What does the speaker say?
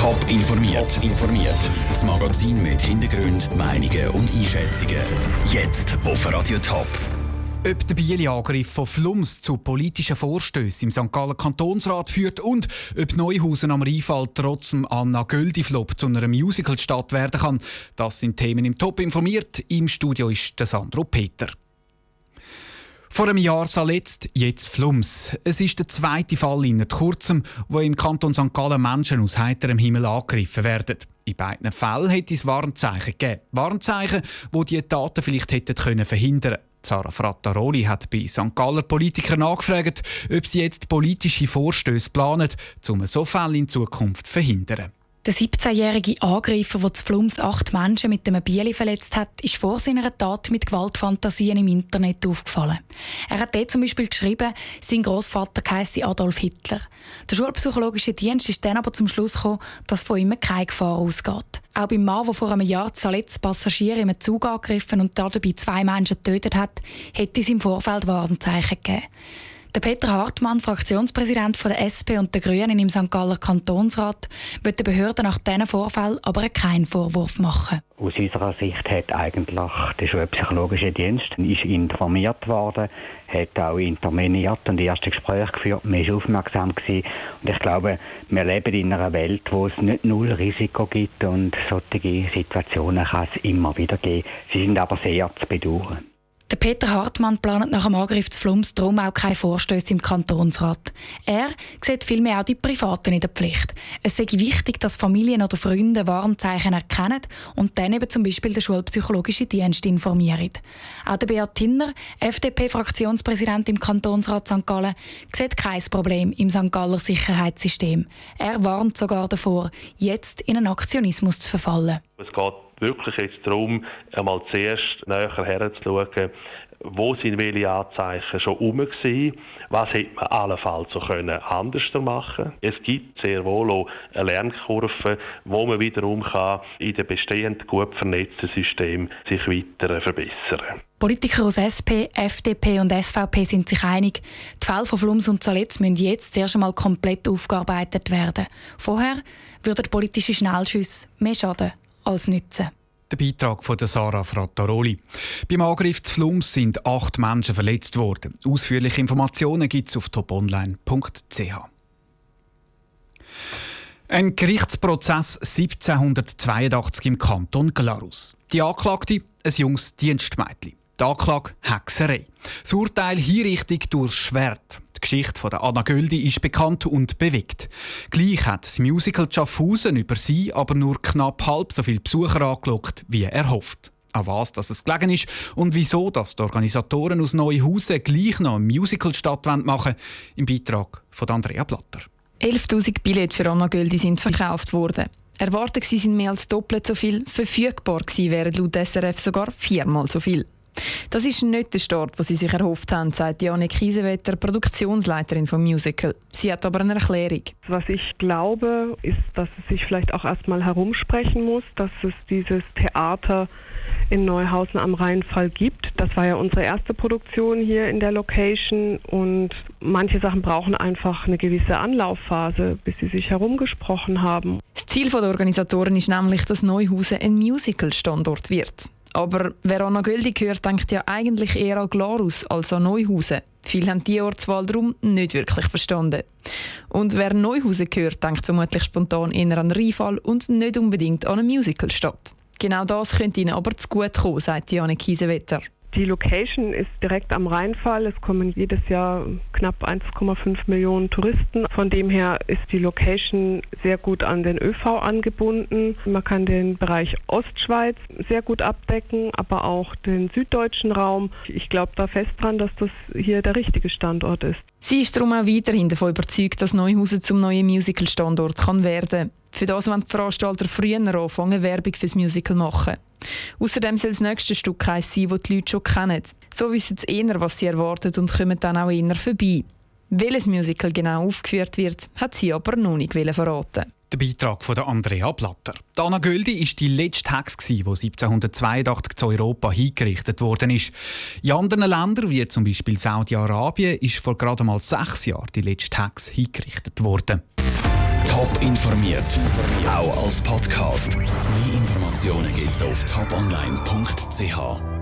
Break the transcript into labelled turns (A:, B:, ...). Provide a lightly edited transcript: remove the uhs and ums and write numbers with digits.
A: Top informiert. Das Magazin mit Hintergrund, Meinungen und Einschätzungen. Jetzt auf Radio Top.
B: Ob der Bieli-Angriff von Flums zu politischen Vorstössen im St. Galler Kantonsrat führt und ob Neuhausen am Rheinfall trotz dem Anna-Göldi-Flop zu einer Musicalstadt werden kann, das sind Themen im Top informiert. Im Studio ist der Sandro Peter. Vor einem Jahr Saletzt, jetzt Flums. Es ist der zweite Fall in kurzem, wo im Kanton St. Gallen Menschen aus heiterem Himmel angegriffen werden. In beiden Fällen hätte es Warnzeichen gegeben. Warnzeichen, die diese Taten vielleicht hätten verhindern können. Sarah Frattaroli hat bei St. Galler Politikern nachgefragt, ob sie jetzt politische Vorstösse planen, um so Fälle in Zukunft zu verhindern.
C: Der 17-jährige Angreifer, der zu Flums 8 Menschen mit einem Bieli verletzt hat, ist vor seiner Tat mit Gewaltfantasien im Internet aufgefallen. Er hat dort zum Beispiel geschrieben, sein Grossvater heisse Adolf Hitler. Der schulpsychologische Dienst ist dann aber zum Schluss gekommen, dass von ihm keine Gefahr ausgeht. Auch beim Mann, der vor einem Jahr Saletz Passagiere in einem Zug angegriffen und dabei 2 Menschen getötet hat, hätte es im Vorfeld Warnzeichen gegeben. Der Peter Hartmann, Fraktionspräsident der SP und der Grünen im St. Galler Kantonsrat, will den Behörden nach diesen Vorfällen aber keinen Vorwurf machen.
D: Aus unserer Sicht hat eigentlich der schulpsychologische Dienst ist informiert worden, hat auch interveniert und erste Gespräche geführt. Man war aufmerksam gewesen. Und ich glaube, wir leben in einer Welt, wo es nicht null Risiko gibt und solche Situationen kann es immer wieder geben. Sie sind aber sehr zu bedauern.
C: Der Peter Hartmann plant nach dem Angriff zu Flums darum auch keine Vorstösse im Kantonsrat. Er sieht vielmehr auch die Privaten in der Pflicht. Es sei wichtig, dass Familien oder Freunde Warnzeichen erkennen und dann eben zum Beispiel den schulpsychologischen Dienst informieren. Auch der Beat Tinner, FDP-Fraktionspräsident im Kantonsrat St. Gallen, sieht kein Problem im St. Galler Sicherheitssystem. Er warnt sogar davor, jetzt in einen Aktionismus zu verfallen.
E: Es geht wirklich jetzt darum, einmal zuerst näher herzuschauen, wo sind welche Anzeichen schon herum gewesen, was hätte man allenfalls so anders machen können. Es gibt sehr wohl auch eine Lernkurve, wo man wiederum kann in dem bestehenden gut vernetzten System sich weiter verbessern.
C: Politiker aus SP, FDP und SVP sind sich einig, die Fälle von Flums und Saletz müssen jetzt zuerst einmal komplett aufgearbeitet werden. Vorher würden politische Schnellschüsse mehr schaden als nützen.
B: Der Beitrag von Sarah Frattaroli. Beim Angriff zu Flums sind 8 Menschen verletzt worden. Ausführliche Informationen gibt es auf toponline.ch. Ein Gerichtsprozess 1782 im Kanton Glarus. Die Anklagte, ein junges Dienstmädchen. Die Anklage Hexerei. Das Urteil Hinrichtung durchs Schwert. Die Geschichte von der Anna Göldi ist bekannt und bewegt. Gleich hat das Musical Schaffhausen über sie aber nur knapp halb so viele Besucher angelockt, wie erhofft. An was dass es gelegen ist und wieso dass die Organisatoren aus Neuhausen gleich noch ein Musical machen wollen, im Beitrag von Andrea Blatter.
F: 11'000 Billette für Anna Göldi sind verkauft worden. Erwartet sind mehr als doppelt so viel, verfügbar wären laut SRF sogar 4-mal so viel. Das ist nicht der Start, den sie sich erhofft haben, sagt Janne Kiesewetter, Produktionsleiterin vom Musical. Sie hat aber eine Erklärung.
G: Was ich glaube, ist, dass es sich vielleicht auch erstmal herumsprechen muss, dass es dieses Theater in Neuhausen am Rheinfall gibt. Das war ja unsere erste Produktion hier in der Location und manche Sachen brauchen einfach eine gewisse Anlaufphase, bis sie sich herumgesprochen haben.
F: Das Ziel der Organisatoren ist nämlich, dass Neuhausen ein Musical-Standort wird. Aber wer an Göldi hört, denkt ja eigentlich eher an Glarus als an Neuhausen. Viele haben die Ortswahl darum nicht wirklich verstanden. Und wer Neuhausen hört, denkt vermutlich spontan eher an Rheinfall und nicht unbedingt an eine Musicalstadt. Genau das könnte ihnen aber zu gut kommen, sagt Janne Kiesewetter.
G: Die Location ist direkt am Rheinfall. Es kommen jedes Jahr knapp 1,5 Millionen Touristen. Von dem her ist die Location sehr gut an den ÖV angebunden. Man kann den Bereich Ostschweiz sehr gut abdecken, aber auch den süddeutschen Raum. Ich glaube da fest dran, dass das hier der richtige Standort ist.
F: Sie ist darum auch weiterhin davon überzeugt, dass Neuhausen zum neuen Musical-Standort werden kann. Für das wollen die Veranstalter früher anfangen, Werbung fürs Musical machen. Außerdem soll das nächste Stück eins sein, das die Leute schon kennen. So wissen sie eher, was sie erwartet und kommen dann auch eher vorbei. Welches Musical genau aufgeführt wird, hat sie aber noch nicht verraten.
B: Der Beitrag von Andrea Blatter. Die Anna Göldi war die letzte Hex, die 1782 zu Europa hingerichtet worden ist. In anderen Ländern, wie zum Beispiel Saudi-Arabien, ist vor gerade mal 6 Jahren die letzte Hex hingerichtet worden.
A: Top informiert, auch als Podcast. Mehr Informationen gibt's auf toponline.ch.